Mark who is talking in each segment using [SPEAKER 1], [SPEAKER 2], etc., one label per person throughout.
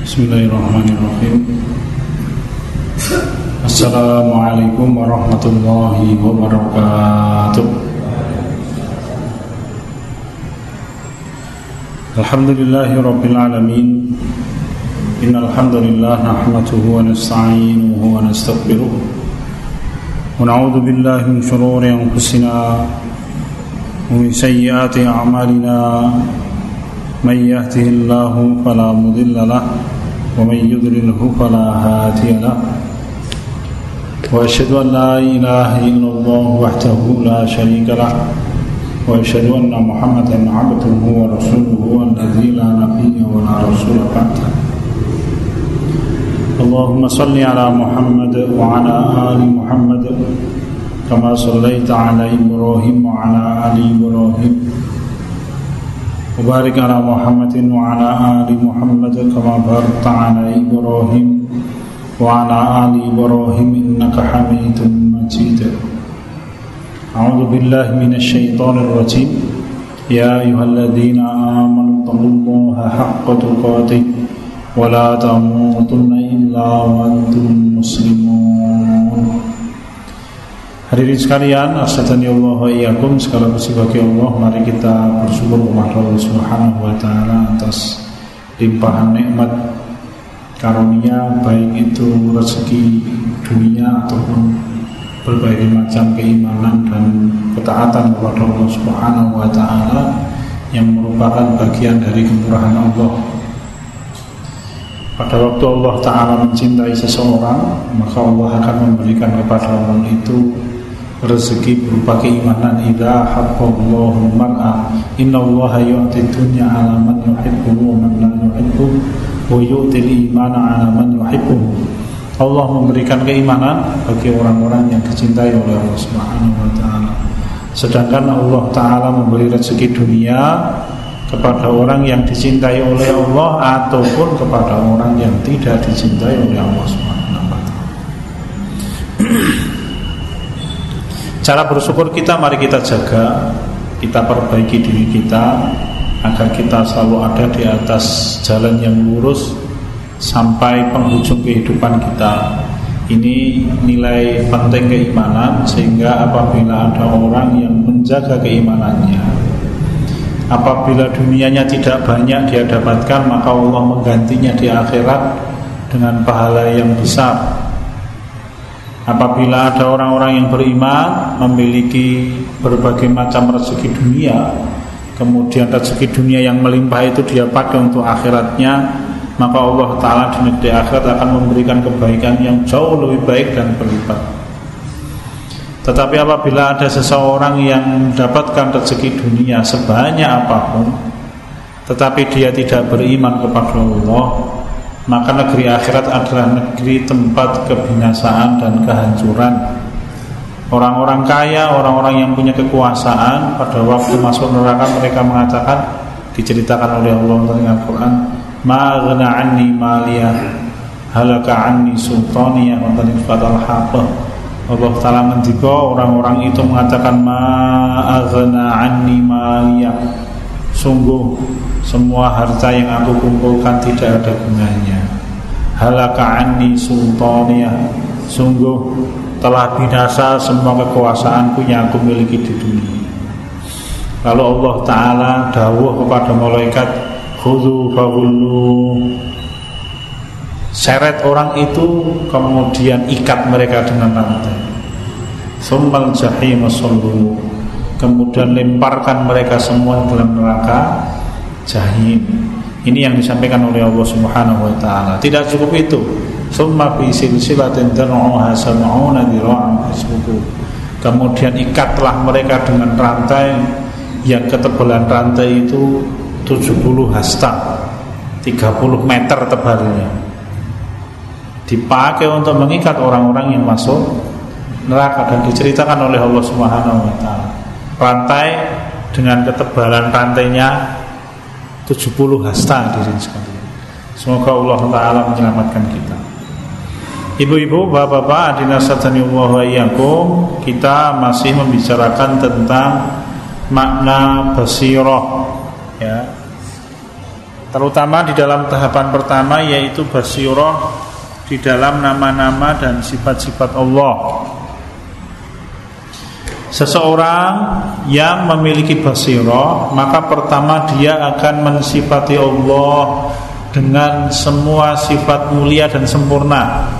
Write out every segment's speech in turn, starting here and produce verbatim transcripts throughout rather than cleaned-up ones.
[SPEAKER 1] Bismillahirrahmanirrahim. Assalamualaikum warahmatullahi wabarakatuh. Alhamdulillahi rabbil alamin. Innal hamdalillah nahmaduhu wa nasta'inuhu wa nastaghfiruh. Wa na'udzu billahi min shururi anfusina wa min sayyiati a'malina. Man yahdihillahu fala mudilla lahu wa man yudlilhu fala hadiya lahu. Wa asyhadu an la ilaha illallah wahdahu la syarika lahu wa asyhadu anna Muhammadan 'abduhu wa rasuluhu alladzi la nabiyya wa la rasula ba'dahu. Allahumma salli ala Muhammad wa ala ali Muhammad kama shallaita ala Ibrahim wa ala ali Ibrahim. Wa barik ala Muhammadin wa ala ali Muhammad kama barakta ala Ibrahim wa ala ali Ibrahim innaka Hamidum Majid. A'udzu billahi minasy syaithanir rajim. Ya ayyuhalladzina amanu taqullaha haqqa tuqatih wa la tamutunna illa wa antum muslimun. Hadirin sekalian, asyhadu Allah wa iyyakum, segala puji bagi Allah. Mari kita bersyukur kepada Allah Subhanahu wa taala atas limpahan nikmat karunia, baik itu rezeki dunia ataupun berbagai macam keimanan dan ketaatan kepada Allah Subhanahu wa taala yang merupakan bagian dari kemurahan Allah. Pada waktu Allah taala mencintai seseorang, maka Allah akan memberikan kepada orang itu rezeki berupa keimanan. Idza haqqallahu mar'a innallaha yu'ti dunya 'ala man yuhibbu wa man la yuhibbu wa yu'ti al-imana 'ala man yuhibbu. Allah memberikan keimanan bagi orang-orang yang dicintai oleh Allah Subhanahu wa taala. Sedangkan Allah taala memberi rezeki dunia kepada orang yang dicintai oleh Allah ataupun kepada orang yang tidak dicintai oleh Allah Subhanahu wa taala. Cara bersyukur kita mari kita jaga, kita perbaiki diri kita agar kita selalu ada di atas jalan yang lurus sampai penghujung kehidupan kita. Ini nilai penting keimanan, sehingga apabila ada orang yang menjaga keimanannya, apabila dunianya tidak banyak dia dapatkan, maka Allah menggantinya di akhirat dengan pahala yang besar. Apabila ada orang-orang yang beriman memiliki berbagai macam rezeki dunia, kemudian rezeki dunia yang melimpah itu dia pakai untuk akhiratnya, maka Allah Ta'ala di negeri akhirat akan memberikan kebaikan yang jauh lebih baik dan berlipat. Tetapi apabila ada seseorang yang mendapatkan rezeki dunia sebanyak apapun, tetapi dia tidak beriman kepada Allah, maka negeri akhirat adalah negeri tempat kebinasaan dan kehancuran. Orang-orang kaya, orang-orang yang punya kekuasaan, pada waktu masuk neraka mereka mengatakan, diceritakan oleh Allah dalam Al-Quran, ma ghna anni maliyah halaka anni sultaniyah wa tanifat al-haqah. Allah Ta'ala ngendika, orang-orang itu mengatakan, ma ghna anni maliyah, sungguh semua harta yang aku kumpulkan tidak ada gunanya. Halaka anni sultaniyah, sungguh telah binasa semua kekuasaanku yang aku miliki di dunia. Lalu Allah Ta'ala dawuh kepada malaikat, khudhu faghullu, seret orang itu kemudian ikat mereka dengan rantai. Tsummal jahima sallu, kemudian lemparkan mereka semua dalam neraka jahim. Ini yang disampaikan oleh Allah Subhanahu wa taala. Tidak cukup itu. Tsumma fi silsilatin dar'uha sab'una dira'an fasluku, kemudian ikatlah mereka dengan rantai yang ketebalan rantai itu tujuh puluh hasta, tiga puluh meter tebalnya, dipakai untuk mengikat orang-orang yang masuk neraka. Dan diceritakan oleh Allah Subhanahu wa taala, rantai dengan ketebalan rantainya tujuh puluh hasta diri sekalian. Semoga Allah Ta'ala menyelamatkan kita. Ibu-ibu, bapak-bapak, adinasatani Allah wa iyyakum, kita masih membicarakan tentang makna basirah, ya. terutama di dalam tahapan pertama, yaitu basirah di dalam nama-nama dan sifat-sifat Allah. Seseorang yang memiliki basirah, maka pertama dia akan mensifati Allah dengan semua sifat mulia dan sempurna.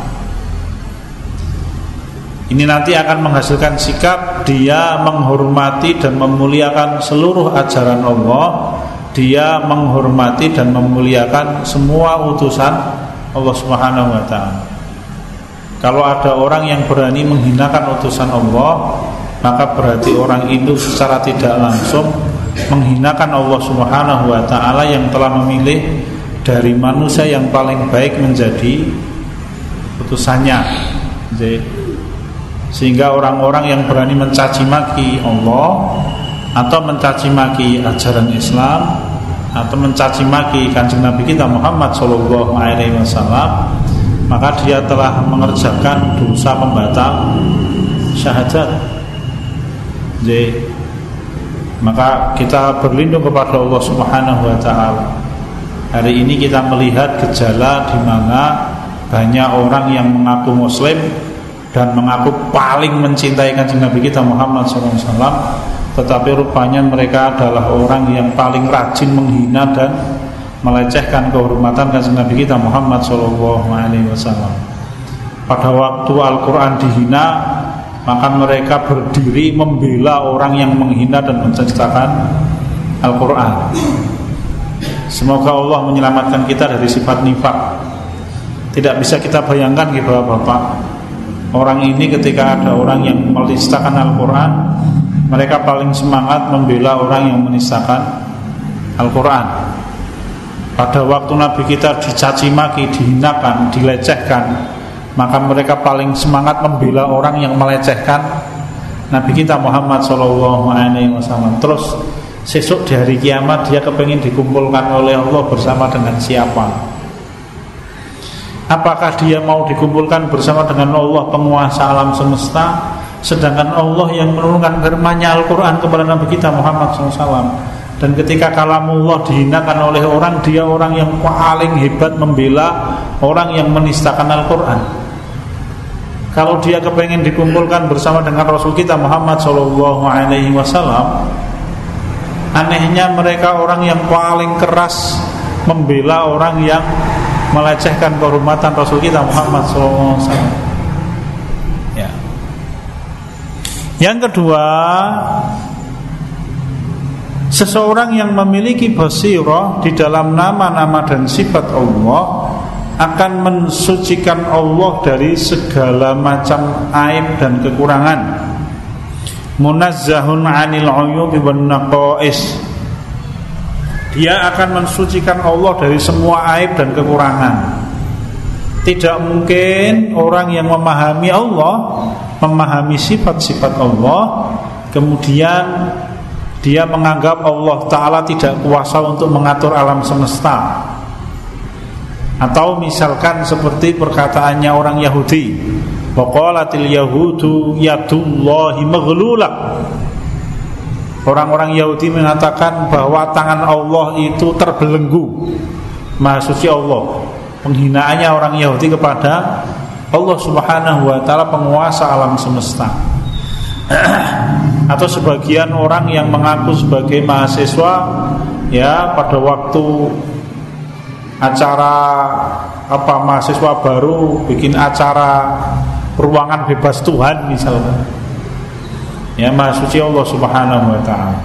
[SPEAKER 1] Ini nanti akan menghasilkan sikap dia menghormati dan memuliakan seluruh ajaran Allah. Dia menghormati dan memuliakan semua utusan Allah Subhanahu wa ta'ala. Kalau ada orang yang berani menghinakan utusan Allah, maka berarti orang itu secara tidak langsung menghinakan Allah Subhanahu wa ta'ala yang telah memilih dari manusia yang paling baik menjadi utusannya. Sehingga orang-orang yang berani mencaci maki Allah atau mencaci maki ajaran Islam atau mencaci maki Kanjeng Nabi kita Muhammad sallallahu alaihi wasallam, maka dia telah mengerjakan dosa pembatal syahadat. Jadi, maka kita berlindung kepada Allah Subhanahu wa ta'ala. Hari ini kita melihat gejala di mana banyak orang yang mengaku muslim dan mengaku paling mencintai Kanjeng Nabi kita Muhammad sallallahu alaihi wasallam, tetapi rupanya mereka adalah orang yang paling rajin menghina dan melecehkan kehormatan Kanjeng Nabi kita Muhammad sallallahu alaihi wasallam. Pada waktu Al-Quran dihina, maka mereka berdiri membela orang yang menghina dan mencecakan Al-Quran. Semoga Allah menyelamatkan kita dari sifat nifak. Tidak bisa kita bayangkan gitu Bapak, orang ini ketika ada orang yang menistakan Al-Quran, mereka paling semangat membela orang yang menistakan Al-Quran. Pada waktu Nabi kita dicaci maki, dihinakan, dilecehkan, maka mereka paling semangat membela orang yang melecehkan Nabi kita Muhammad sallallahu alaihi wasallam. Terus sesuk di hari kiamat dia kepengin dikumpulkan oleh Allah bersama dengan siapa? Apakah dia mau dikumpulkan bersama dengan Allah penguasa alam semesta, sedangkan Allah yang menurunkan firman-Nya Al-Quran kepada Nabi kita Muhammad sallallahu alaihi wasallam? Dan ketika kalamullah dihinakan oleh orang, dia orang yang paling hebat membela orang yang menistakan Al-Quran. Kalau dia kepengen dikumpulkan bersama dengan Rasul kita Muhammad sallallahu alaihi wasallam, anehnya mereka orang yang paling keras membela orang yang melecehkan kehormatan Rasul kita Muhammad sallallahu alaihi wasallam. Ya. Yang kedua, seseorang yang memiliki basirah di dalam nama-nama dan sifat Allah akan mensucikan Allah dari segala macam aib dan kekurangan. Munazzahun 'anil 'uyubi wan naqais. Dia akan mensucikan Allah dari semua aib dan kekurangan. Tidak mungkin orang yang memahami Allah, memahami sifat-sifat Allah, kemudian dia menganggap Allah Ta'ala tidak kuasa untuk mengatur alam semesta. Atau misalkan seperti perkataannya orang Yahudi, waqalatil yahudu yadullahi maghlulah. Orang-orang Yahudi mengatakan bahwa tangan Allah itu terbelenggu. Maha suci Allah. Penghinaannya orang Yahudi kepada Allah Subhanahu wa ta'ala, penguasa alam semesta. Atau sebagian orang yang mengaku sebagai mahasiswa, ya, pada waktu acara apa mahasiswa baru bikin acara ruangan bebas Tuhan misalnya, ya, Maha suci Allah Subhanahu wa ta'ala.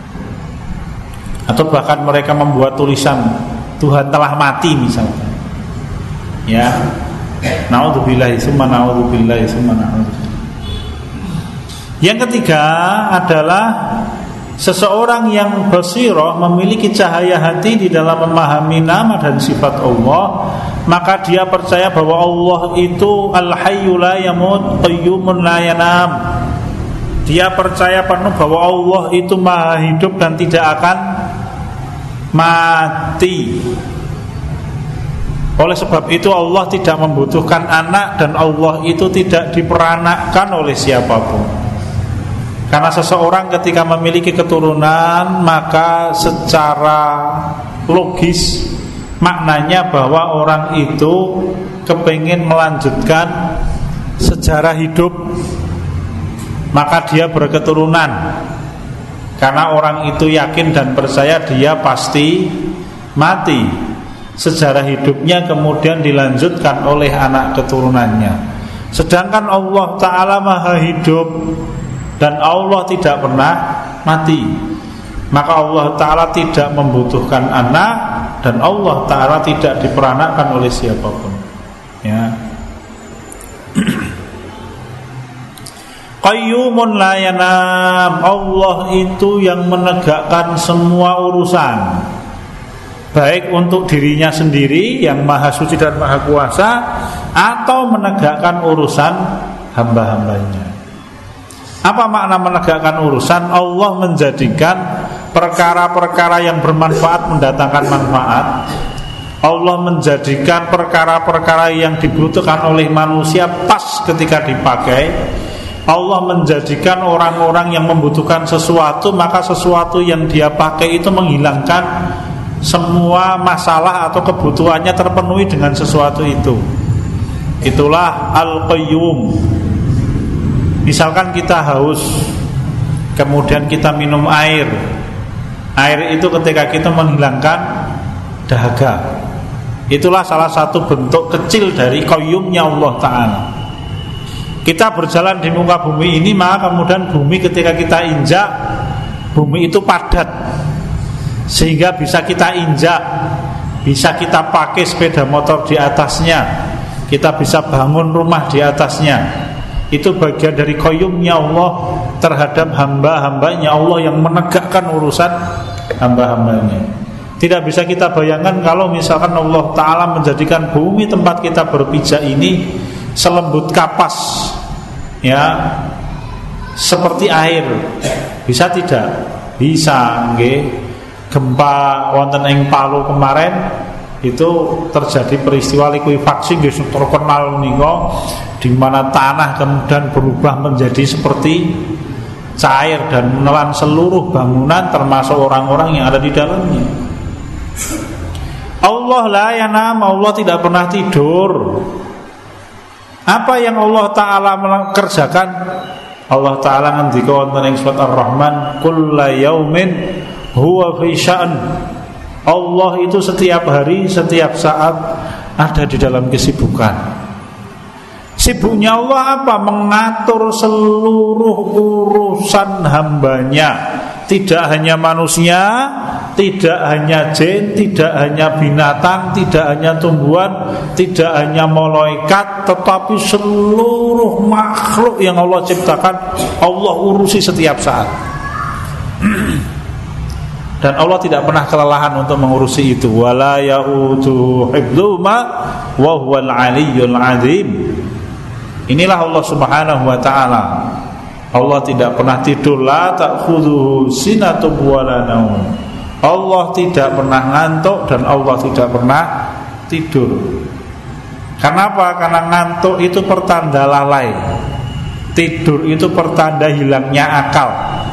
[SPEAKER 1] Atau bahkan mereka membuat tulisan Tuhan telah mati misalnya, ya, naudzubillahi summa naudzubillahi summa naudzubillah. Yang ketiga adalah seseorang yang basirah, memiliki cahaya hati di dalam memahami nama dan sifat Allah, maka dia percaya bahwa Allah itu Al-Hayyu la yamut, Qayyumun la yanam. Dia percaya penuh bahwa Allah itu maha hidup dan tidak akan mati. Oleh sebab itu Allah tidak membutuhkan anak, dan Allah itu tidak diperanakkan oleh siapapun. Karena seseorang ketika memiliki keturunan, maka secara logis maknanya bahwa orang itu kepingin melanjutkan sejarah hidup, maka dia berketurunan. Karena orang itu yakin dan percaya dia pasti mati. Sejarah hidupnya kemudian dilanjutkan oleh anak keturunannya. Sedangkan Allah Ta'ala maha hidup dan Allah tidak pernah mati. Maka Allah Ta'ala tidak membutuhkan anak, dan Allah Ta'ala tidak diperanakkan oleh siapapun. Ya. Qayyumun la yanam. Allah itu yang menegakkan semua urusan, baik untuk dirinya sendiri yang maha suci dan maha kuasa, atau menegakkan urusan hamba-hambanya. Apa makna menegakkan urusan? Allah menjadikan perkara-perkara yang bermanfaat mendatangkan manfaat. Allah menjadikan perkara-perkara yang dibutuhkan oleh manusia pas ketika dipakai. Allah menjadikan orang-orang yang membutuhkan sesuatu, maka sesuatu yang dia pakai itu menghilangkan semua masalah atau kebutuhannya terpenuhi dengan sesuatu itu. Itulah Al-Qayyum. Misalkan kita haus, kemudian kita minum air. Air itu ketika kita menghilangkan dahaga. Itulah salah satu bentuk kecil dari Qayyumnya Allah Ta'ala. Kita berjalan di muka bumi ini, maka kemudian bumi ketika kita injak, bumi itu padat, sehingga bisa kita injak, bisa kita pakai sepeda motor di atasnya, kita bisa bangun rumah di atasnya. Itu bagian dari qayyumnya Allah terhadap hamba-hambanya. Allah yang menegakkan urusan hamba-hambanya. Tidak bisa kita bayangkan kalau misalkan Allah Ta'ala menjadikan bumi tempat kita berpijak ini selembut kapas, ya, seperti air. Bisa tidak? Bisa, nggih. Gempa wonten ing Palu kemarin itu terjadi peristiwa likuifaksi nggih terkenal menika, di mana tanah kemudian berubah menjadi seperti cair dan menelan seluruh bangunan termasuk orang-orang yang ada di dalamnya. Allah la yanam, Allah tidak pernah tidur. Apa yang Allah Ta'ala kerjakan? Allah Ta'ala ngendika wonten ing surat Ar-Rahman, kulla yaumin huwa fi sya'n. Allah itu setiap hari, setiap saat ada di dalam kesibukan. Sibuknya Allah apa? Mengatur seluruh urusan hambanya. Tidak hanya manusia, tidak hanya jin, tidak hanya binatang, tidak hanya tumbuhan, tidak hanya malaikat, tetapi seluruh makhluk yang Allah ciptakan Allah urusi setiap saat. Dan Allah tidak pernah kelelahan untuk mengurusi itu. Wala ya'udu hifdzuhuma wa huwal aliyyul azim. Inilah Allah Subhanahu wa taala. Allah tidak pernah tidur, la ta'khudhuhu sinatun wa la naum. Allah tidak pernah ngantuk dan Allah tidak pernah tidur. Kenapa? Karena ngantuk itu pertanda lalai, tidur itu pertanda hilangnya akal.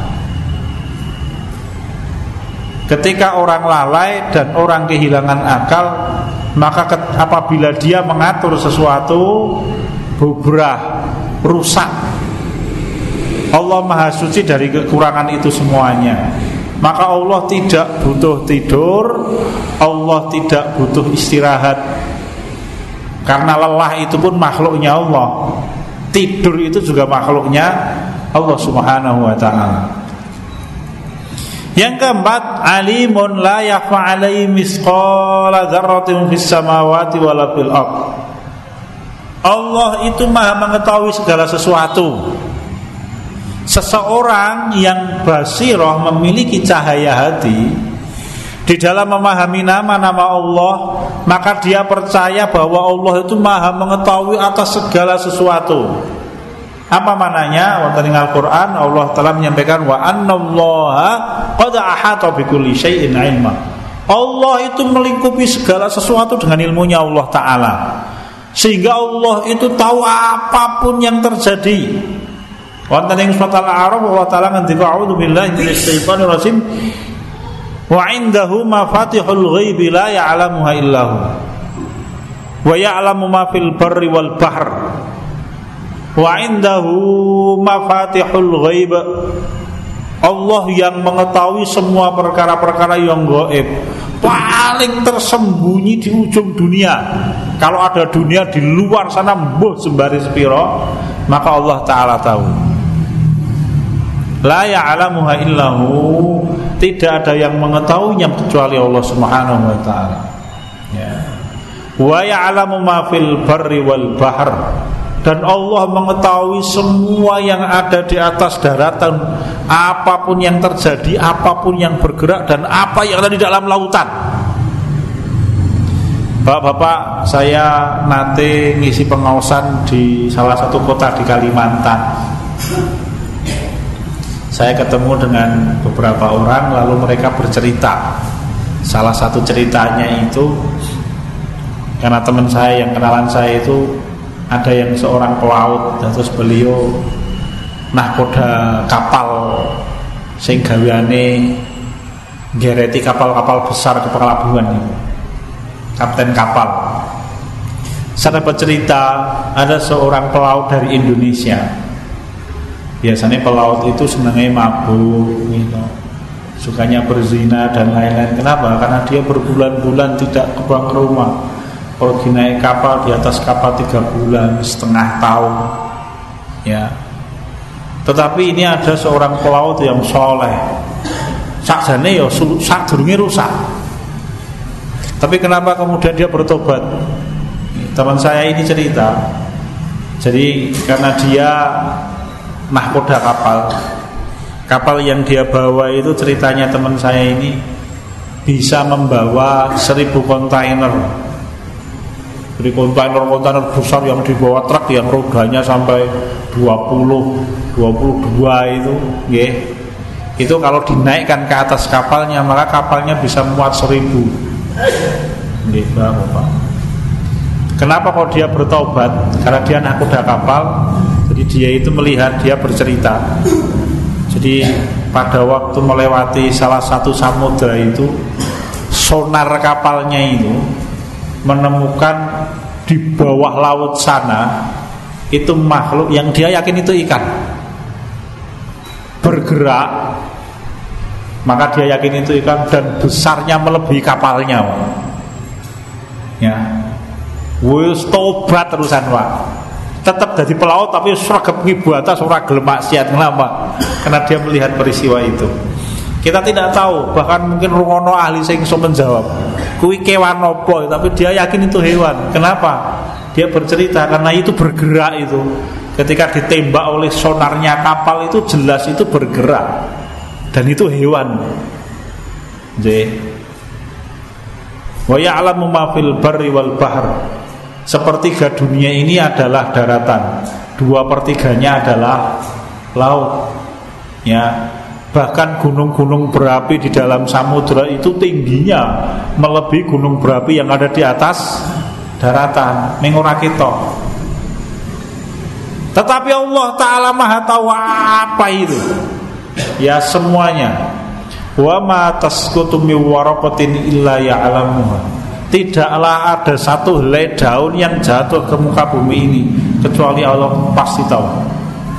[SPEAKER 1] Ketika orang lalai dan orang kehilangan akal, maka apabila dia mengatur sesuatu, bubrah, rusak. Allah Maha Suci dari kekurangan itu semuanya. Maka Allah tidak butuh tidur, Allah tidak butuh istirahat. Karena lelah itu pun makhluknya Allah. Tidur itu juga makhluknya Allah Subhanahu wa ta'ala. Yang keempat, alimun la yakhfa 'alaihi misqala dzarratin fis samawati wala fil ardh. Allah itu Maha mengetahui segala sesuatu. Seseorang yang basirah, memiliki cahaya hati di dalam memahami nama-nama Allah, maka dia percaya bahwa Allah itu Maha mengetahui atas segala sesuatu. Apa maknanya? Wonten ing Al-Qur'an Allah telah menyampaikan wa annallaha qad ahata bikulli syai'in ilma. Allah itu melingkupi segala sesuatu dengan ilmunya Allah Ta'ala, sehingga Allah itu tahu apapun yang terjadi. Wonten ing surat Al-A'raf Allah Ta'ala ngendika a'udzu billahi minasyaitonir rajim Wa 'indahu mafatihul ghaibi la ya'lamuha illahu. Wa ya'lamu ma fil barri wal bahr. Wa 'indahu mafatihul ghaib. Allah yang mengetahui semua perkara-perkara yang gaib, paling tersembunyi di ujung dunia. Kalau ada dunia di luar sana mbuh sembari sepiro, maka Allah Ta'ala tahu. La ya'lamuha illahu, tidak ada yang mengetahuinya kecuali Allah Subhanahu wa Ta'ala. Ya. Wa ya'lamu ma fil barri wal bahr, dan Allah mengetahui semua yang ada di atas daratan, apapun yang terjadi, apapun yang bergerak, dan apa yang ada di dalam lautan. Bapak-bapak, saya nanti ngisi pengawasan di salah satu kota di Kalimantan. Saya ketemu dengan beberapa orang, lalu mereka bercerita. Salah satu ceritanya itu, karena teman saya yang kenalan saya itu ada yang seorang pelaut, dan terus beliau nahkoda kapal sing gaweane ngereti kapal-kapal besar ke pelabuhan itu, kapten kapal. Saya dapat cerita ada seorang pelaut dari Indonesia. Biasanya pelaut itu senangnya mabuk gitu, sukanya berzina dan lain-lain. Kenapa? Karena dia berbulan-bulan tidak pulang ke rumah. Kalau naik kapal, di atas kapal tiga bulan, setengah tahun, ya. Tetapi ini ada seorang pelaut yang soleh, sakjane ya sak durunge rusak. Tapi kenapa kemudian dia bertobat? Teman saya ini cerita. Jadi karena dia nahkoda kapal, kapal yang dia bawa itu, ceritanya teman saya ini bisa membawa seribu kontainer. Jadi kontainer-kontainer besar yang dibawa truk yang rodanya sampai dua puluh, dua puluh dua itu, ya. Itu kalau dinaikkan ke atas kapalnya, maka kapalnya bisa muat seribu. Nggih, Bapak. Kenapa kok dia bertobat? Karena dia nahkoda kapal. Jadi dia itu melihat, dia bercerita. Jadi pada waktu melewati salah satu samudra itu, sonar kapalnya itu menemukan di bawah laut sana itu makhluk yang dia yakin itu ikan bergerak. Maka dia yakin itu ikan dan besarnya melebihi kapalnya. Ya, wis tobat terusan, Pak. Tetap jadi pelaut tapi sregep ngibu atas ora gelem maksiat. Kenapa? Karena dia melihat peristiwa itu. Kita tidak tahu, bahkan mungkin rungono ahli sing iso menjawab kuwi kewan apa, tapi dia yakin itu hewan. Kenapa? Dia bercerita karena itu bergerak itu. Ketika ditembak oleh sonarnya kapal itu jelas itu bergerak. Dan itu hewan. Jadi wa ya'lamu ma fil barri wal bahr. Sepertiga dunia ini adalah daratan, dua pertiganya adalah laut. Ya. Bahkan gunung-gunung berapi di dalam samudra itu tingginya melebihi gunung berapi yang ada di atas daratan. Mengora kita. Tetapi Allah Ta'ala Maha tahu apa itu. Ya semuanya. Wa ma tasqutu min waraqatin illa ya'lamuha. Tidaklah ada satu helai daun yang jatuh ke muka bumi ini kecuali Allah pasti tahu.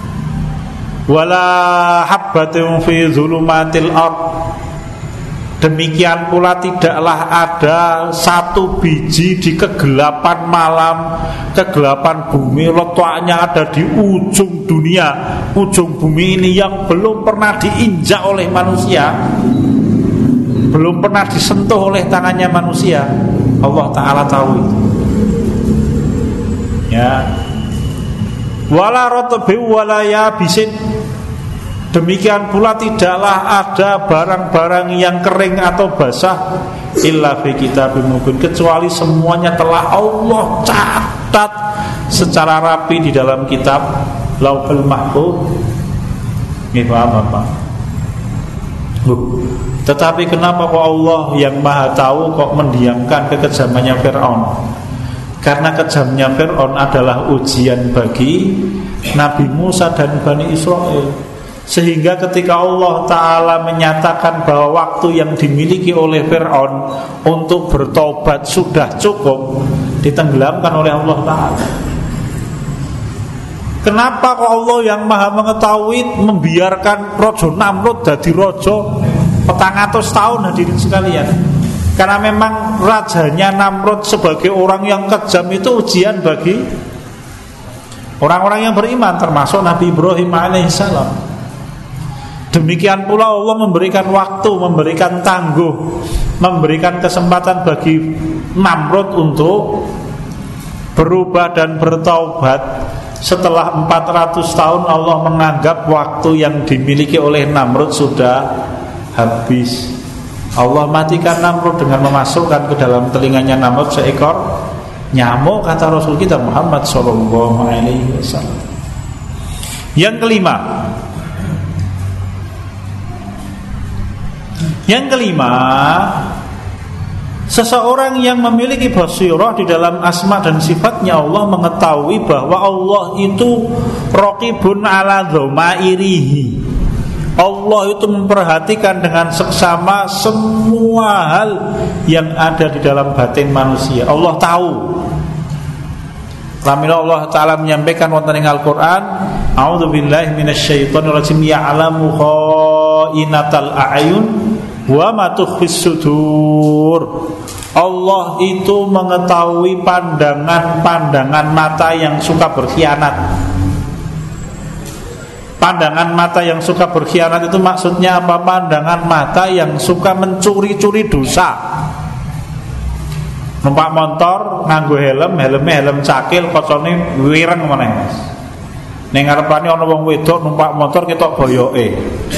[SPEAKER 1] Wala habbatin fi zulumatil ard. Demikian pula tidaklah ada satu biji di kegelapan malam, kegelapan bumi, letaknya ada di ujung dunia, ujung bumi ini yang belum pernah diinjak oleh manusia, belum pernah disentuh oleh tangannya manusia. Allah Ta'ala tahu itu. Ya. Wala rotbi wala yabisin. Demikian pula tidaklah ada barang-barang yang kering atau basah illa fi kitabim mubin, kecuali semuanya telah Allah catat secara rapi di dalam kitab Lauhul Mahfuz. Nggih paham Bapak? Tetapi kenapa kok Allah yang Maha Tahu kok mendiamkan kekejamannya Fir'aun? Karena kejamnya Fir'aun adalah ujian bagi Nabi Musa dan Bani Israel. Sehingga ketika Allah Ta'ala menyatakan bahwa waktu yang dimiliki oleh Fir'aun untuk bertobat sudah cukup, ditenggelamkan oleh Allah Ta'ala. Kenapa kok Allah yang maha mengetahui membiarkan Raja Namrud jadi raja petang atus tahun, hadirin sekalian? Karena memang rajanya Namrud sebagai orang yang kejam itu ujian bagi orang-orang yang beriman, termasuk Nabi Ibrahim alaihissalam. Demikian pula Allah memberikan waktu, memberikan tangguh, memberikan kesempatan bagi Namrud untuk berubah dan bertaubat. Setelah empat ratus tahun Allah menganggap waktu yang dimiliki oleh Namrud sudah habis. Allah matikan Namrud dengan memasukkan ke dalam telinganya Namrud seekor nyamuk, kata Rasul kita Muhammad shallallahu alaihi wasallam. Yang kelima, Yang kelima, seseorang yang memiliki basirah di dalam asma dan sifatnya Allah mengetahui bahwa Allah itu raqibun ala dhamairihi. Allah itu memperhatikan dengan seksama semua hal yang ada di dalam batin manusia. Allah tahu. Lamila Allah Ta'ala menyampaikan wonten ing Al-Qur'an, a'udzubillahi minasyaitonir rajim, ya'lamu kha'inatal a'yun wa ma tukhfis sudur. Allah itu mengetahui pandangan-pandangan mata yang suka berkhianat. Pandangan mata yang suka berkhianat itu maksudnya apa? Pandangan mata yang suka mencuri-curi dosa. Numpak motor nganggo helm, helme helm cakil, kocone wireng meneh. Ning ngarepane ana wong wedok numpak motor ketok boyoke.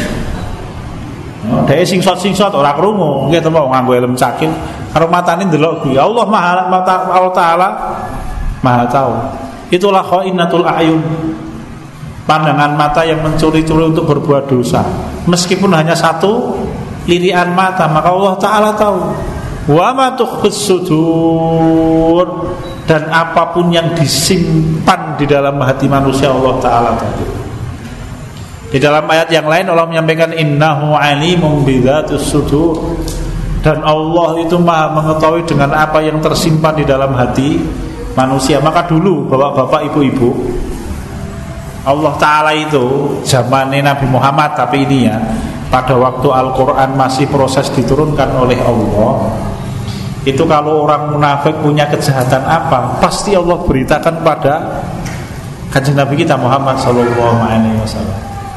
[SPEAKER 1] Dhek singsot-singsot ora krungu, nggih to nganggo helm cakil, karo matane ndelok Gusti Allah Maha Allah Taala Maha tahu. Itulah khainatul a'yun. Pandangan mata yang mencuri-curi untuk berbuat dosa. Meskipun hanya satu lirian mata, maka Allah Ta'ala tahu. Wa ma tukhfis sudur, dan apapun yang disimpan di dalam hati manusia Allah Ta'ala tahu. Di dalam ayat yang lain Allah menyampaikan innahu alimun bidzatus sudur, dan Allah itu Maha mengetahui dengan apa yang tersimpan di dalam hati manusia. Maka dulu bapak-bapak, ibu-ibu, Allah Ta'ala itu zamannya Nabi Muhammad, tapi ini ya pada waktu Al-Quran masih proses diturunkan oleh Allah, itu kalau orang munafik punya kejahatan apa, pasti Allah beritakan pada Kanjeng Nabi kita Muhammad sallallahu alaihi wasallam.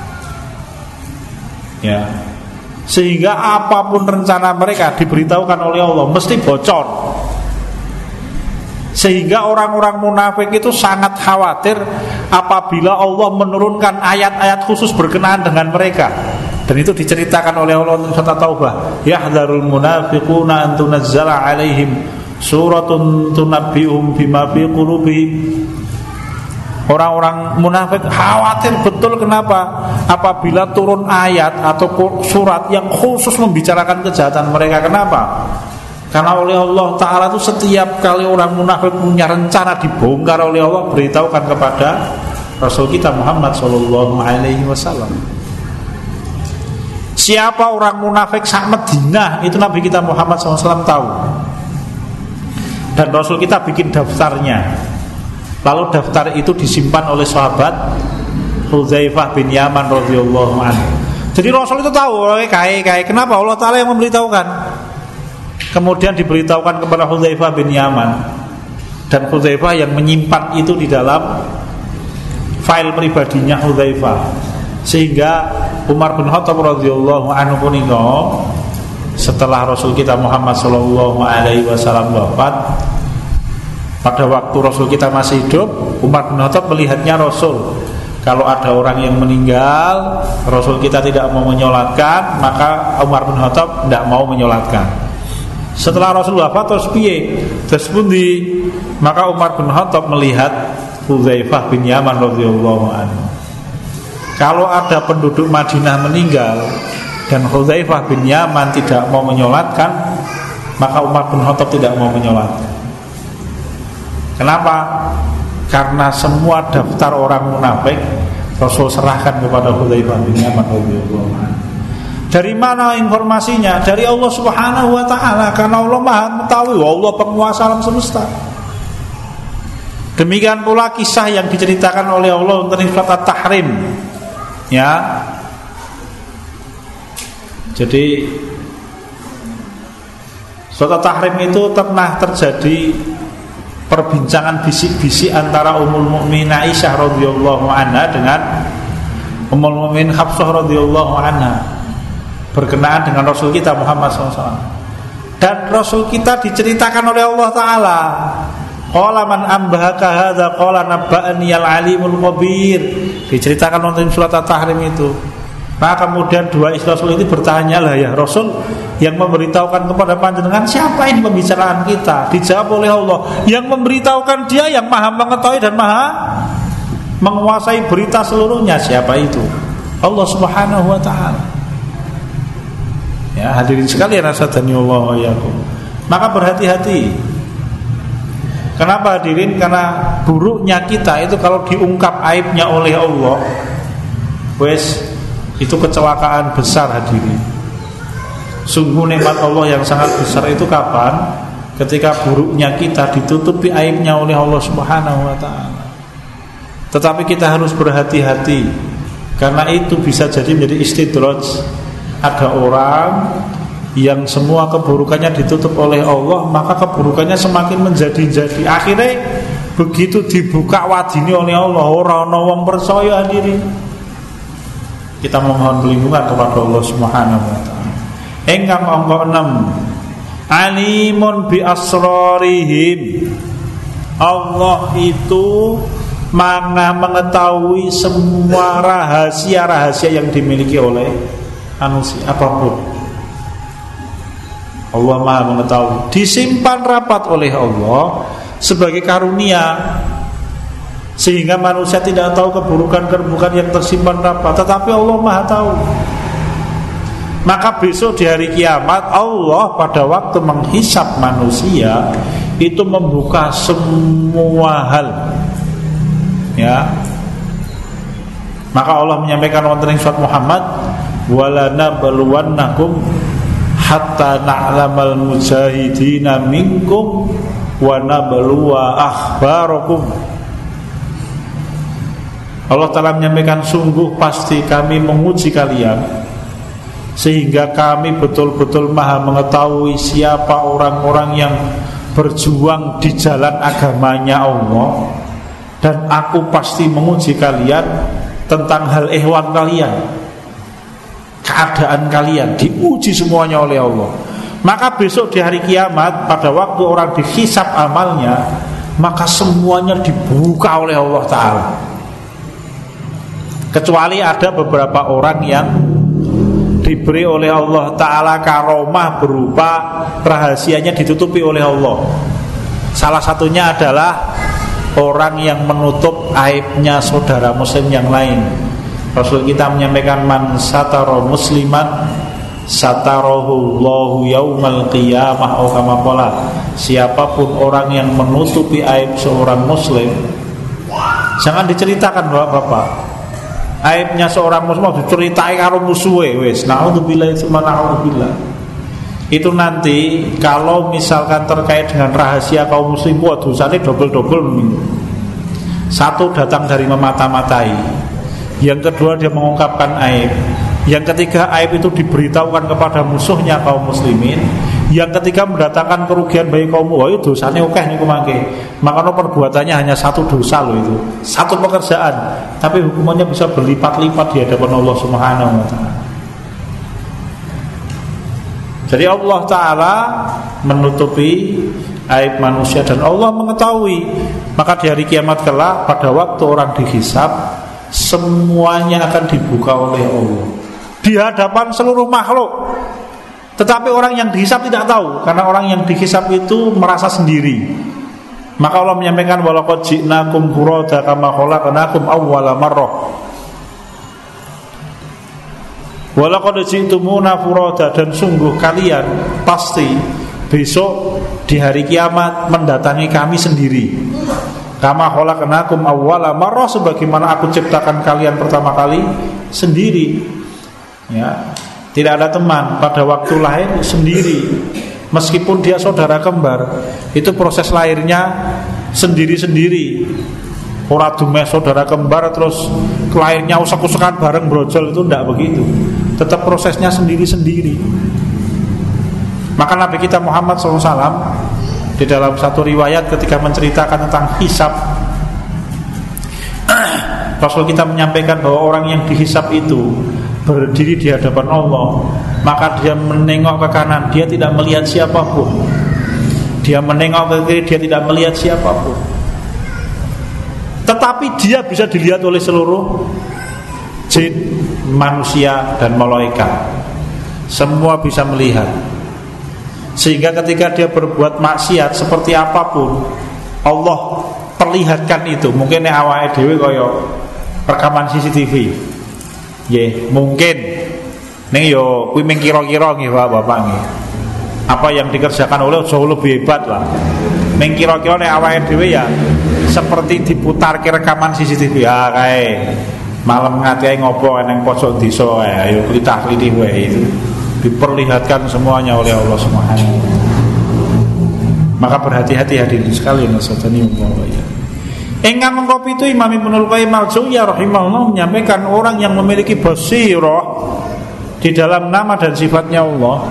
[SPEAKER 1] Ya, sehingga apapun rencana mereka diberitahukan oleh Allah, mesti bocor. Sehingga orang-orang munafik itu sangat khawatir apabila Allah menurunkan ayat-ayat khusus berkenaan dengan mereka. Dan itu diceritakan oleh Allah dalam surat Taubah, yahdharul munafiquna an tunazzala alaihim suratun tunabbi'uhum bima fi qulubihim. Orang-orang munafik khawatir betul, kenapa? Apabila turun ayat atau surat yang khusus membicarakan kejahatan mereka. Kenapa? Karena oleh Allah Ta'ala itu setiap kali orang munafik punya rencana dibongkar oleh Allah, beritahukan kepada Rasul kita Muhammad sallallahu alaihi wasallam. Siapa orang munafik sak Madinah, itu Nabi kita Muhammad sallallahu alaihi wasallam tahu. Dan Rasul kita bikin daftarnya. Lalu daftar itu disimpan oleh sahabat Hudzaifah bin Yaman radhiyallahu anhu. Jadi Rasul itu tahu, kai-kai. Kenapa? Allah Ta'ala yang memberitahukan. Kemudian diberitahukan kepada Hudzaifah bin Yaman, dan Hudzaifah yang menyimpan itu di dalam file pribadinya Hudzaifah. Sehingga Umar bin Khattab radhiyallahu anhu punika setelah Rasul kita Muhammad sallallahu alaihi wasallam wafat, pada waktu Rasul kita masih hidup, Umar bin Khattab melihatnya Rasul, kalau ada orang yang meninggal, Rasul kita tidak mau menyolatkan, maka Umar bin Khattab tidak mau menyolatkan. Setelah Rasul wafat terus piye? Terus pundi? Maka Umar bin Khattab melihat Hudzaifah bin Yaman radhiyallahu anhu. Kalau ada penduduk Madinah meninggal dan Hudzaifah bin Yaman tidak mau menyolatkan, maka Umar bin Khattab tidak mau menyolatkan. Kenapa? Karena semua daftar orang munafik Rasul serahkan kepada Hudzaifah bin Yaman radhiyallahu anhu. Dari mana informasinya? Dari Allah Subhanahu wa taala, karena Allah Maha mengetahui, Allah penguasa alam semesta. Demikian pula kisah yang diceritakan oleh Allah tentang surat At-Tahrim. Ya. Jadi surat At-Tahrim itu pernah terjadi perbincangan bisik-bisik antara Ummul Mukminin Aisyah radhiyallahu anha dengan Ummul Mukminin Hafsah radhiyallahu anha berkenaan dengan Rasul kita Muhammad shallallahu alaihi wasallam. Dan Rasul kita diceritakan oleh Allah Ta'ala. Qala man ambahaka hadza qala nabba'ani al-alimul khabir. Diceritakan dalam surat At-Tahrim itu. Maka kemudian dua istri Rasul ini bertanya, lah ya Rasul, yang memberitahukan kepada panjenengan siapa ini pembicaraan kita? Dijawab oleh Allah, yang memberitahukan dia yang maha mengetahui dan maha menguasai berita seluruhnya. Siapa itu? Allah Subhanahu wa ta'ala. Ya, hadirin sekalian, asadhanillah wa iyyakum. Maka berhati-hati. Kenapa hadirin? Karena buruknya kita itu kalau diungkap aibnya oleh Allah, wes itu kecelakaan besar hadirin. Sungguh nikmat Allah yang sangat besar itu kapan? Ketika buruknya kita ditutupi aibnya oleh Allah Subhanahu wa ta'ala. Tetapi kita harus berhati-hati, karena itu bisa jadi menjadi istidraj. Ada orang yang semua keburukannya ditutup oleh Allah, maka keburukannya semakin menjadi-jadi. Akhirnya begitu dibuka wadine oleh Allah, ora ana wong percaya hadirin. Kita memohon perlindungan kepada Allah Subhanahu wa taala. Engkang angka enam, alimun bi asrarihim. Allah itu mana mengetahui semua rahasia-rahasia yang dimiliki oleh manusia apapun. Allah Maha mengetahui, disimpan rapat oleh Allah sebagai karunia, sehingga manusia tidak tahu keburukan-keburukan yang tersimpan rapat, tetapi Allah Maha tahu. Maka besok di hari kiamat Allah pada waktu menghisap manusia itu membuka semua hal. Ya. Maka Allah menyampaikan wonten ing surat Muhammad, walana balwannakum hatta na'lamal mujahidina minkum wa nabluwa akhbarakum. Allah Ta'ala menyampaikan, sungguh pasti kami menguji kalian sehingga kami betul-betul maha mengetahui siapa orang-orang yang berjuang di jalan agamanya Allah. Dan aku pasti menguji kalian tentang hal ihwan kalian, keadaan kalian diuji semuanya oleh Allah. Maka besok di hari kiamat, pada waktu orang dihisab amalnya, maka semuanya dibuka oleh Allah Ta'ala, kecuali ada beberapa orang yang diberi oleh Allah Ta'ala karomah berupa rahasianya ditutupi oleh Allah. Salah satunya adalah orang yang menutup aibnya saudara muslim yang lain. Rasul kita menyampaikan, man satara musliman satarahu Allahu yaumal qiyamah, atau kama qala, siapapun orang yang menutupi aib seorang muslim, jangan diceritakan Bapak-bapak. Aibnya seorang muslim diceritai karo musuhe wis, naudzubillah tsumma naudzubillah. Itu nanti kalau misalkan terkait dengan rahasia kaum muslim, wah dosanya double-double. Satu, datang dari memata-matai. Yang kedua, dia mengungkapkan aib. Yang ketiga, aib itu diberitahukan kepada musuhnya kaum muslimin. Yang ketiga, mendatangkan kerugian bagi kaum muslimin. Wah itu dosanya oke niku mangke. Makanya perbuatannya hanya satu dosa loh itu. Satu pekerjaan, tapi hukumannya bisa berlipat-lipat di hadapan Allah Subhanahu wa taala. Jadi Allah Ta'ala menutupi aib manusia dan Allah mengetahui. Maka di hari kiamat kelak, pada waktu orang dihisab, semuanya akan dibuka oleh Allah di hadapan seluruh makhluk. Tetapi orang yang dihisab tidak tahu, karena orang yang dihisab itu merasa sendiri. Maka Allah menyampaikan, walaqad ji'nakum furada kama khalaqnakum awwala marrah. Walaqad ji'tumuna furada, dan sungguh kalian pasti besok di hari kiamat mendatangi kami sendiri. Kama khalaqnakum awwala marrah, sebagaimana aku ciptakan kalian pertama kali sendiri. Ya, tidak ada teman pada waktu lahir sendiri. Meskipun dia saudara kembar, itu proses lahirnya sendiri-sendiri. Ora dumeh saudara kembar terus lahirnya usek-usekan bareng brojol, itu tidak begitu. Tetap prosesnya sendiri-sendiri. Maka Nabi kita Muhammad shallallahu alaihi wasallam di dalam satu riwayat ketika menceritakan tentang hisab, Rasul kita menyampaikan bahwa orang yang dihisab itu berdiri di hadapan Allah, maka dia menengok ke kanan, dia tidak melihat siapapun. Dia menengok ke kiri, dia tidak melihat siapapun. Tetapi dia bisa dilihat oleh seluruh jin, manusia, dan malaikat. Semua bisa melihat. Sehingga ketika dia berbuat maksiat seperti apapun, Allah perlihatkan itu. Mungkin awake dhewe kaya rekaman C C T V. Nggih, mungkin ning yo kuwi mung kira-kira nggih Bapak nggih. Apa yang dikerjakan oleh jauh lebih hebat lah. Mung kira-kira nek awake dhewe ya seperti diputarke rekaman C C T V. Ya kae malam ngati ngopo nang pojok desa ae ayo klitah-klitih wae itu. Diperlihatkan semuanya oleh Allah Subhanahu wa taala. Maka berhati-hati hadirin sekalian, sadani Allah ya. Engkang mengko itu Imam Ibnul Qayyim al-Jauziyah rahimahullah menyampaikan orang yang memiliki basirah di dalam nama dan sifatnya Allah,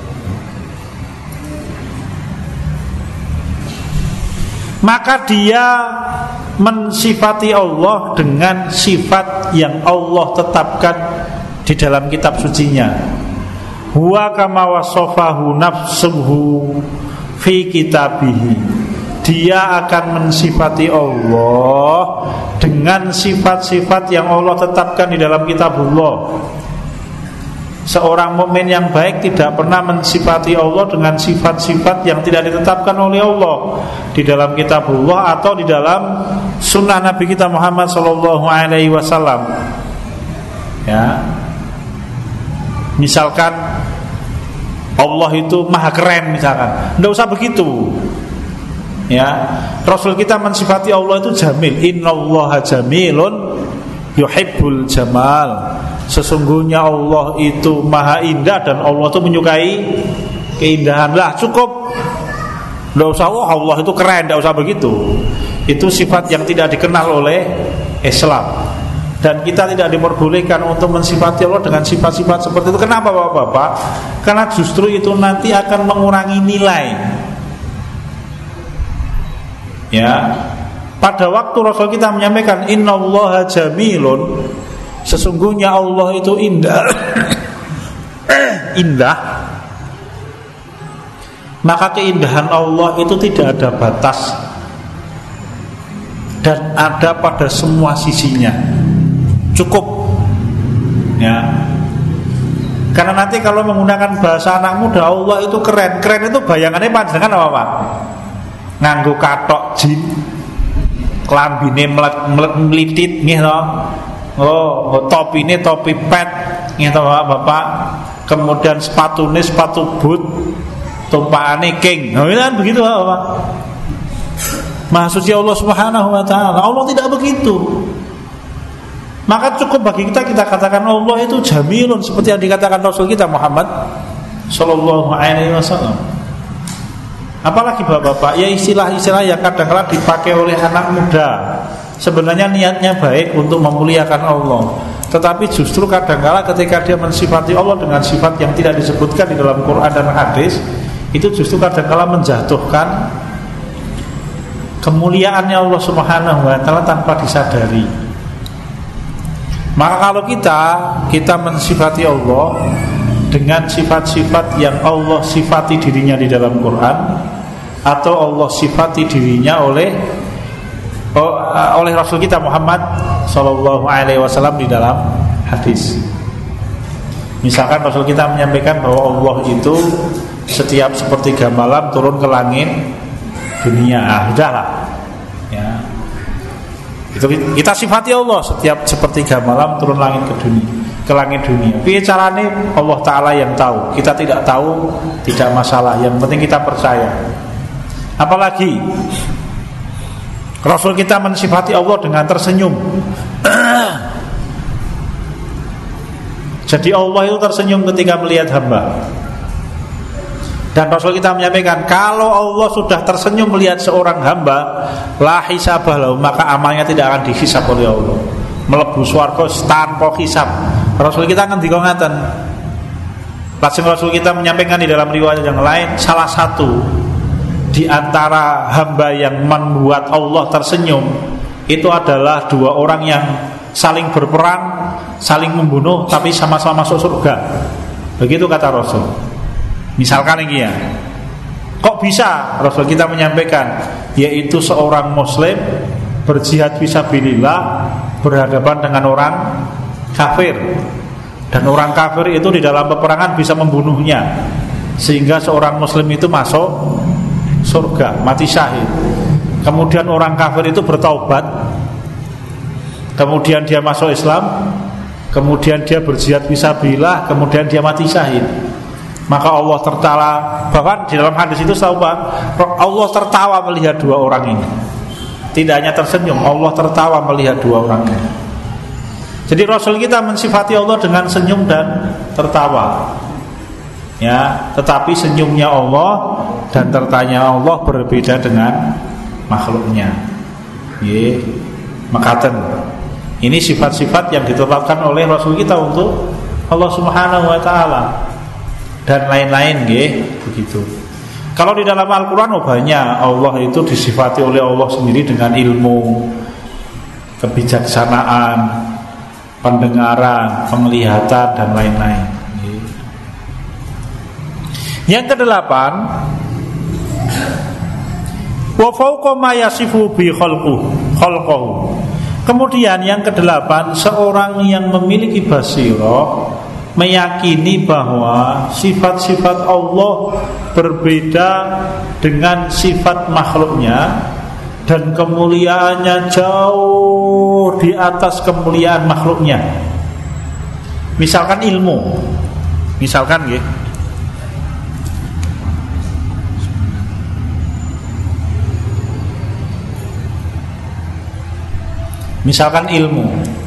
[SPEAKER 1] maka dia mensifati Allah dengan sifat yang Allah tetapkan di dalam kitab sucinya. Huwa kama wasofahu nafsuhu fi kitabihi. Dia akan mensifati Allah dengan sifat-sifat yang Allah tetapkan di dalam kitabullah. Seorang mukmin yang baik tidak pernah mensifati Allah dengan sifat-sifat yang tidak ditetapkan oleh Allah di dalam kitabullah atau di dalam sunnah Nabi kita Muhammad sallallahu alaihi wasallam. Ya. Misalkan Allah itu maha keren misalkan, tidak usah begitu. Ya, Rasul kita mensifati Allah itu jamil. Innallaha jamilun yuhibbul jamal. Sesungguhnya Allah itu maha indah dan Allah itu menyukai keindahan. Lah cukup. Tidak usah oh Allah itu keren, tidak usah begitu. Itu sifat yang tidak dikenal oleh Islam. Dan kita tidak diperbolehkan untuk mensifati Allah dengan sifat-sifat seperti itu. Kenapa Bapak-bapak? Karena justru itu nanti akan mengurangi nilai. Ya, pada waktu Rasul kita menyampaikan innallaha jamilun, sesungguhnya Allah itu indah. Indah. Maka keindahan Allah itu tidak ada batas dan ada pada semua sisinya. Cukup. Ya. Karena nanti kalau menggunakan bahasa anak muda, Allah itu keren. Keren itu bayangannya panjenengan apa Pak? Nganggo katok jin, klambine melet melitit nggih to. Oh, oh topine topi pet nggih to Bapak. Kemudian sepatune sepatu boot, tumpakane king. Nah, kan begitu Bapak. Maha suci Allah Subhanahu wa taala. Allah tidak begitu. Maka cukup bagi kita kita katakan Allah itu jamilun seperti yang dikatakan Rasul kita Muhammad sallallahu alaihi wasallam. Apalagi Bapak-bapak, ya istilah-istilah yang kadang-kadang dipakai oleh anak muda. Sebenarnya niatnya baik untuk memuliakan Allah, tetapi justru kadang-kadang ketika dia mensifati Allah dengan sifat yang tidak disebutkan di dalam Quran dan hadis, itu justru kadang-kadang menjatuhkan kemuliaannya Allah Subhanahu wa taala tanpa disadari. Maka kalau kita kita mensifati Allah dengan sifat-sifat yang Allah sifati dirinya di dalam Quran atau Allah sifati dirinya oleh oleh Rasul kita Muhammad sallallahu alaihi wasallam di dalam hadis. Misalkan Rasul kita menyampaikan bahwa Allah itu setiap sepertiga malam turun ke langit dunia. Ah, udahlah. Ya. Itu kita sifati Allah setiap sepertiga malam turun langit ke dunia, ke langit dunia. Piye carane Allah taala yang tahu. Kita tidak tahu, tidak masalah. Yang penting kita percaya. Apalagi Rasul kita mensifati Allah dengan tersenyum. Jadi Allah itu tersenyum ketika melihat hamba. Dan Rasul kita menyampaikan, kalau Allah sudah tersenyum melihat seorang hamba, la hisabah lahu, maka amalnya tidak akan dihisab oleh Allah, mlebu swarga tanpa hisab. Rasul kita ngendika ngaten. Lajeng Rasul kita menyampaikan di dalam riwayat yang lain, salah satu di antara hamba yang membuat Allah tersenyum itu adalah dua orang yang saling berperang, saling membunuh, tapi sama-sama masuk surga. Begitu kata Rasul. Misalkan ini ya, kok bisa? Rasul kita menyampaikan, yaitu seorang muslim berjihad fisabilillah berhadapan dengan orang kafir, dan orang kafir itu di dalam peperangan bisa membunuhnya, sehingga seorang muslim itu masuk surga, mati syahid. Kemudian orang kafir itu bertaubat, kemudian dia masuk Islam, kemudian dia berjihad fisabilillah, kemudian dia mati syahid. Maka Allah tertawa, bahkan di dalam hadis itu sahabat, Allah tertawa melihat dua orang ini. Tidak hanya tersenyum, Allah tertawa melihat dua orang ini. Jadi Rasul kita mensifati Allah dengan senyum dan tertawa. Ya, tetapi senyumnya Allah dan tertanya Allah berbeda dengan makhluknya. Ye, makaten. Ini sifat-sifat yang ditetapkan oleh Rasul kita untuk Allah Subhanahu wa taala. Dan lain-lain nggih, begitu. Kalau di dalam Al-Qur'an oh banyak, Allah itu disifati oleh Allah sendiri dengan ilmu, kebijaksanaan, pendengaran, penglihatan dan lain-lain. Yang kedelapan, wa fawqa ma yasifu bi khalquhu. Kemudian yang kedelapan, seorang yang memiliki basirah meyakini bahwa sifat-sifat Allah berbeda dengan sifat makhluknya, dan kemuliaannya jauh di atas kemuliaan makhluknya. Misalkan ilmu, misalkan nggih, misalkan ilmu.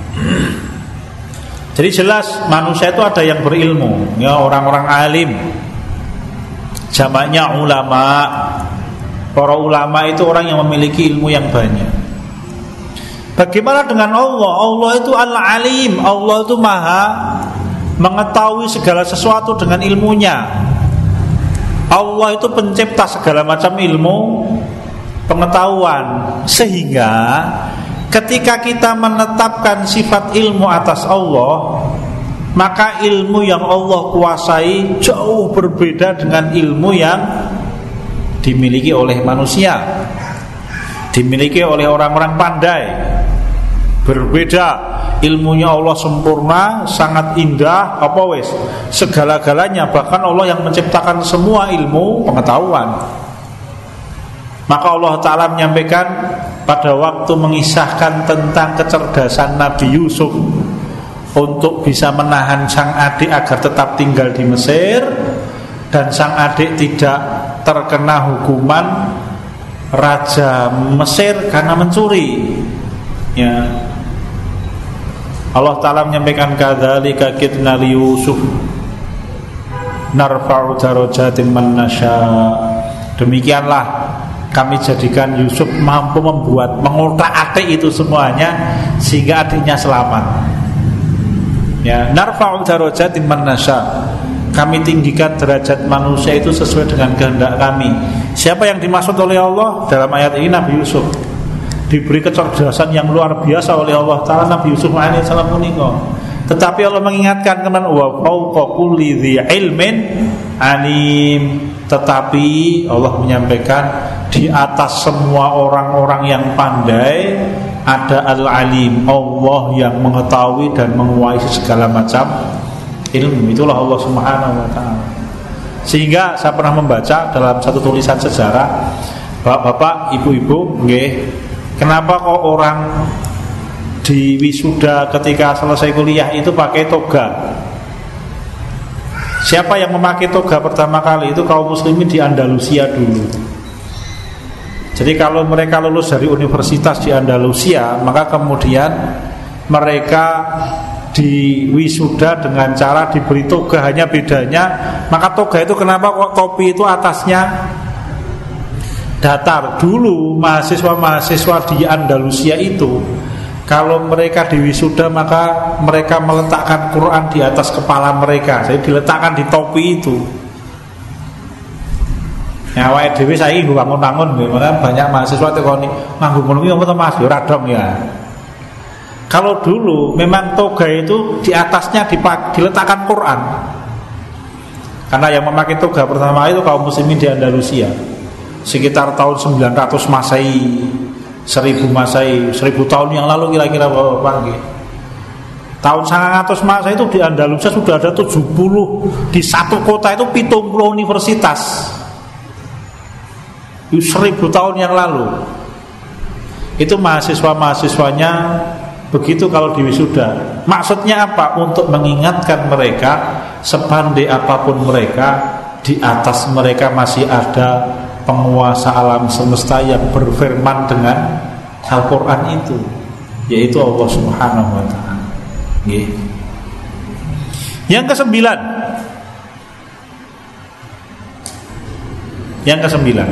[SPEAKER 1] Jadi jelas manusia itu ada yang berilmu, ya, orang-orang alim. Jamaknya ulama. Para ulama itu orang yang memiliki ilmu yang banyak. Bagaimana dengan Allah? Allah itu al-alim. Allah itu maha mengetahui segala sesuatu dengan ilmunya. Allah itu pencipta segala macam ilmu pengetahuan. Sehingga ketika kita menetapkan sifat ilmu atas Allah, maka ilmu yang Allah kuasai jauh berbeda dengan ilmu yang dimiliki oleh manusia, dimiliki oleh orang-orang pandai. Berbeda, ilmunya Allah sempurna, sangat indah, apa wes, segala-galanya. Bahkan Allah yang menciptakan semua ilmu pengetahuan. Maka Allah Ta'ala menyampaikan pada waktu mengisahkan tentang kecerdasan Nabi Yusuf untuk bisa menahan sang adik agar tetap tinggal di Mesir, dan sang adik tidak terkena hukuman Raja Mesir karena mencuri. Ya, Allah Ta'ala menyampaikan, kadzalika kitna li Yusuf narfa'u darajatin man nasya. Demikianlah kami jadikan Yusuf mampu membuat, mengotak-atik itu semuanya sehingga adiknya selamat. Ya, narfa'u darajatin man nasya. Kami tinggikan derajat manusia itu sesuai dengan kehendak kami. Siapa yang dimaksud oleh Allah dalam ayat ini? Nabi Yusuf. Diberi kecerdasan yang luar biasa oleh Allah Ta'ala Nabi Yusuf alaihi salam punika. Tetapi Allah mengingatkan keman wa fawqa kulli dzi ilmin alim. Tetapi Allah menyampaikan di atas semua orang-orang yang pandai ada al-alim, Allah yang mengetahui dan menguasai segala macam ilmu. Itulah Allah Subhanahu wa ta'ala. Sehingga saya pernah membaca dalam satu tulisan sejarah, bapak-bapak, ibu-ibu, nggih, kenapa kok orang di wisuda ketika selesai kuliah itu pakai toga? Siapa yang memakai toga pertama kali? Itu kaum muslimin di Andalusia dulu. Jadi kalau mereka lulus dari universitas di Andalusia, maka kemudian mereka diwisuda dengan cara diberi toga. Hanya bedanya, maka toga itu kenapa kok topi itu atasnya datar. Dulu mahasiswa-mahasiswa di Andalusia itu, kalau mereka diwisuda maka mereka meletakkan Quran di atas kepala mereka. Jadi diletakkan di topi itu. Ya awake dhewe saiki nggo bangun-bangun gimana banyak mahasiswa tekoni nganggo ngono iki apa Mas? Ora dong ya. Kalau dulu memang toga itu di atasnya dipak, diletakkan Quran. Karena yang memakai toga pertama itu kaum muslimin di Andalusia. Sekitar tahun sembilan ratus Masehi, seribu Masehi, seribu tahun yang lalu kira-kira Bapak nggih. Tahun sembilan ratus Masehi itu di Andalusia sudah ada tujuh puluh, di satu kota itu tujuh puluh universitas. Seribu tahun yang lalu. Itu mahasiswa-mahasiswanya begitu kalau diwisuda. Maksudnya apa? Untuk mengingatkan mereka, sepandai apapun mereka, di atas mereka masih ada penguasa alam semesta yang berfirman dengan Al-Quran itu, yaitu Allah Subhanahu wa ta'ala. Yang kesembilan, Yang kesembilan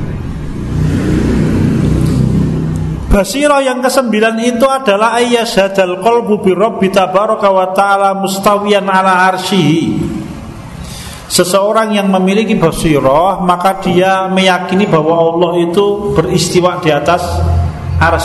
[SPEAKER 1] Basirah yang kesembilan itu adalah ayyasyadal qalbu bi rabbi tabaraka wa ta'ala mustawiyan ala arsyihi. Seseorang yang memiliki basirah, maka dia meyakini bahwa Allah itu beristiwa di atas ars.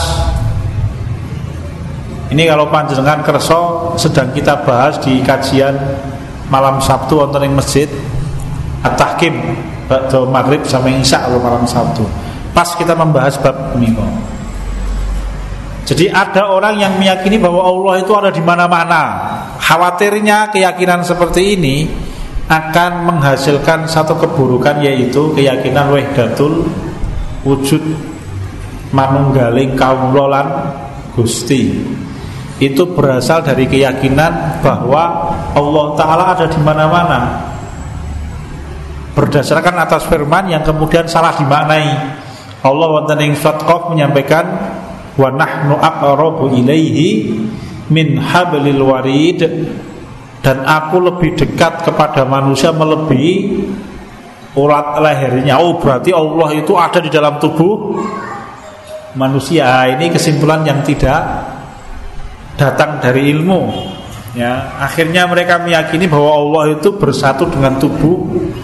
[SPEAKER 1] Ini kalau panjenengan kersa sedang kita bahas di kajian malam Sabtu wonten ing masjid At-Tahkim ba'da maghrib sampai isya kalau malam Sabtu. Pas kita membahas bab menika. Jadi ada orang yang meyakini bahwa Allah itu ada di mana-mana. Khawatirnya keyakinan seperti ini akan menghasilkan satu keburukan, yaitu keyakinan wahdatul wujud, manunggaling kawula lan Gusti. Itu berasal dari keyakinan bahwa Allah Ta'ala ada di mana-mana, berdasarkan atas firman yang kemudian salah dimaknai. Allah wonten ing surat Qaf menyampaikan wa nahnu aqrabu ilaihi min hablil warid, dan aku lebih dekat kepada manusia melebihi urat lehernya. Oh, berarti Allah itu ada di dalam tubuh manusia. Ini kesimpulan yang tidak datang dari ilmu. Ya, akhirnya mereka meyakini bahwa Allah itu bersatu dengan tubuh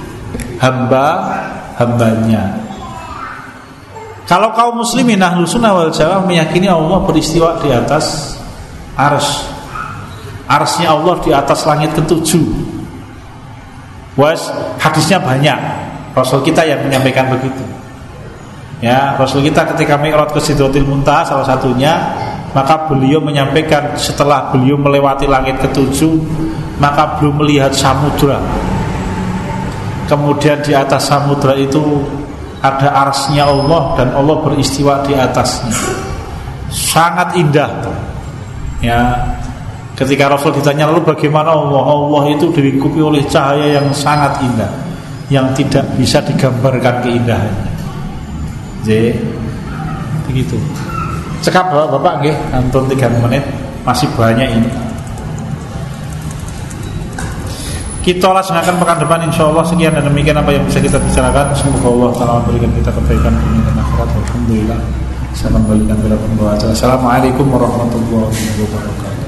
[SPEAKER 1] hamba-hambanya. Kalau kaum muslimin ahlu sunnah wal jamaah meyakini Allah beristiwa di atas ars. Arsnya Allah di atas langit ketujuh. Was, hadisnya banyak. Rasul kita yang menyampaikan begitu. Ya, Rasul kita ketika mi'raj ke Sidratil Muntaha salah satunya, maka beliau menyampaikan setelah beliau melewati langit ketujuh, maka beliau melihat samudra. Kemudian di atas samudra itu ada arsnya Allah dan Allah beristiwa di atasnya. Sangat indah. Ya, ketika Rasul ditanya lalu bagaimana Allah, Allah itu dilingkupi oleh cahaya yang sangat indah, yang tidak bisa digambarkan keindahannya. Jadi begitu. Cekap Bapak nggih, antun tiga menit, masih banyak ini. Kita laksanakan pekan depan insyaallah. Sekian dan demikian apa yang bisa kita bicarakan. Semoga Allah Ta'ala memberikan kita kebaikan dunia dan akhirat. Alhamdulillah. Saya kembalikan kepada pembawa acara. Assalamualaikum warahmatullahi wabarakatuh.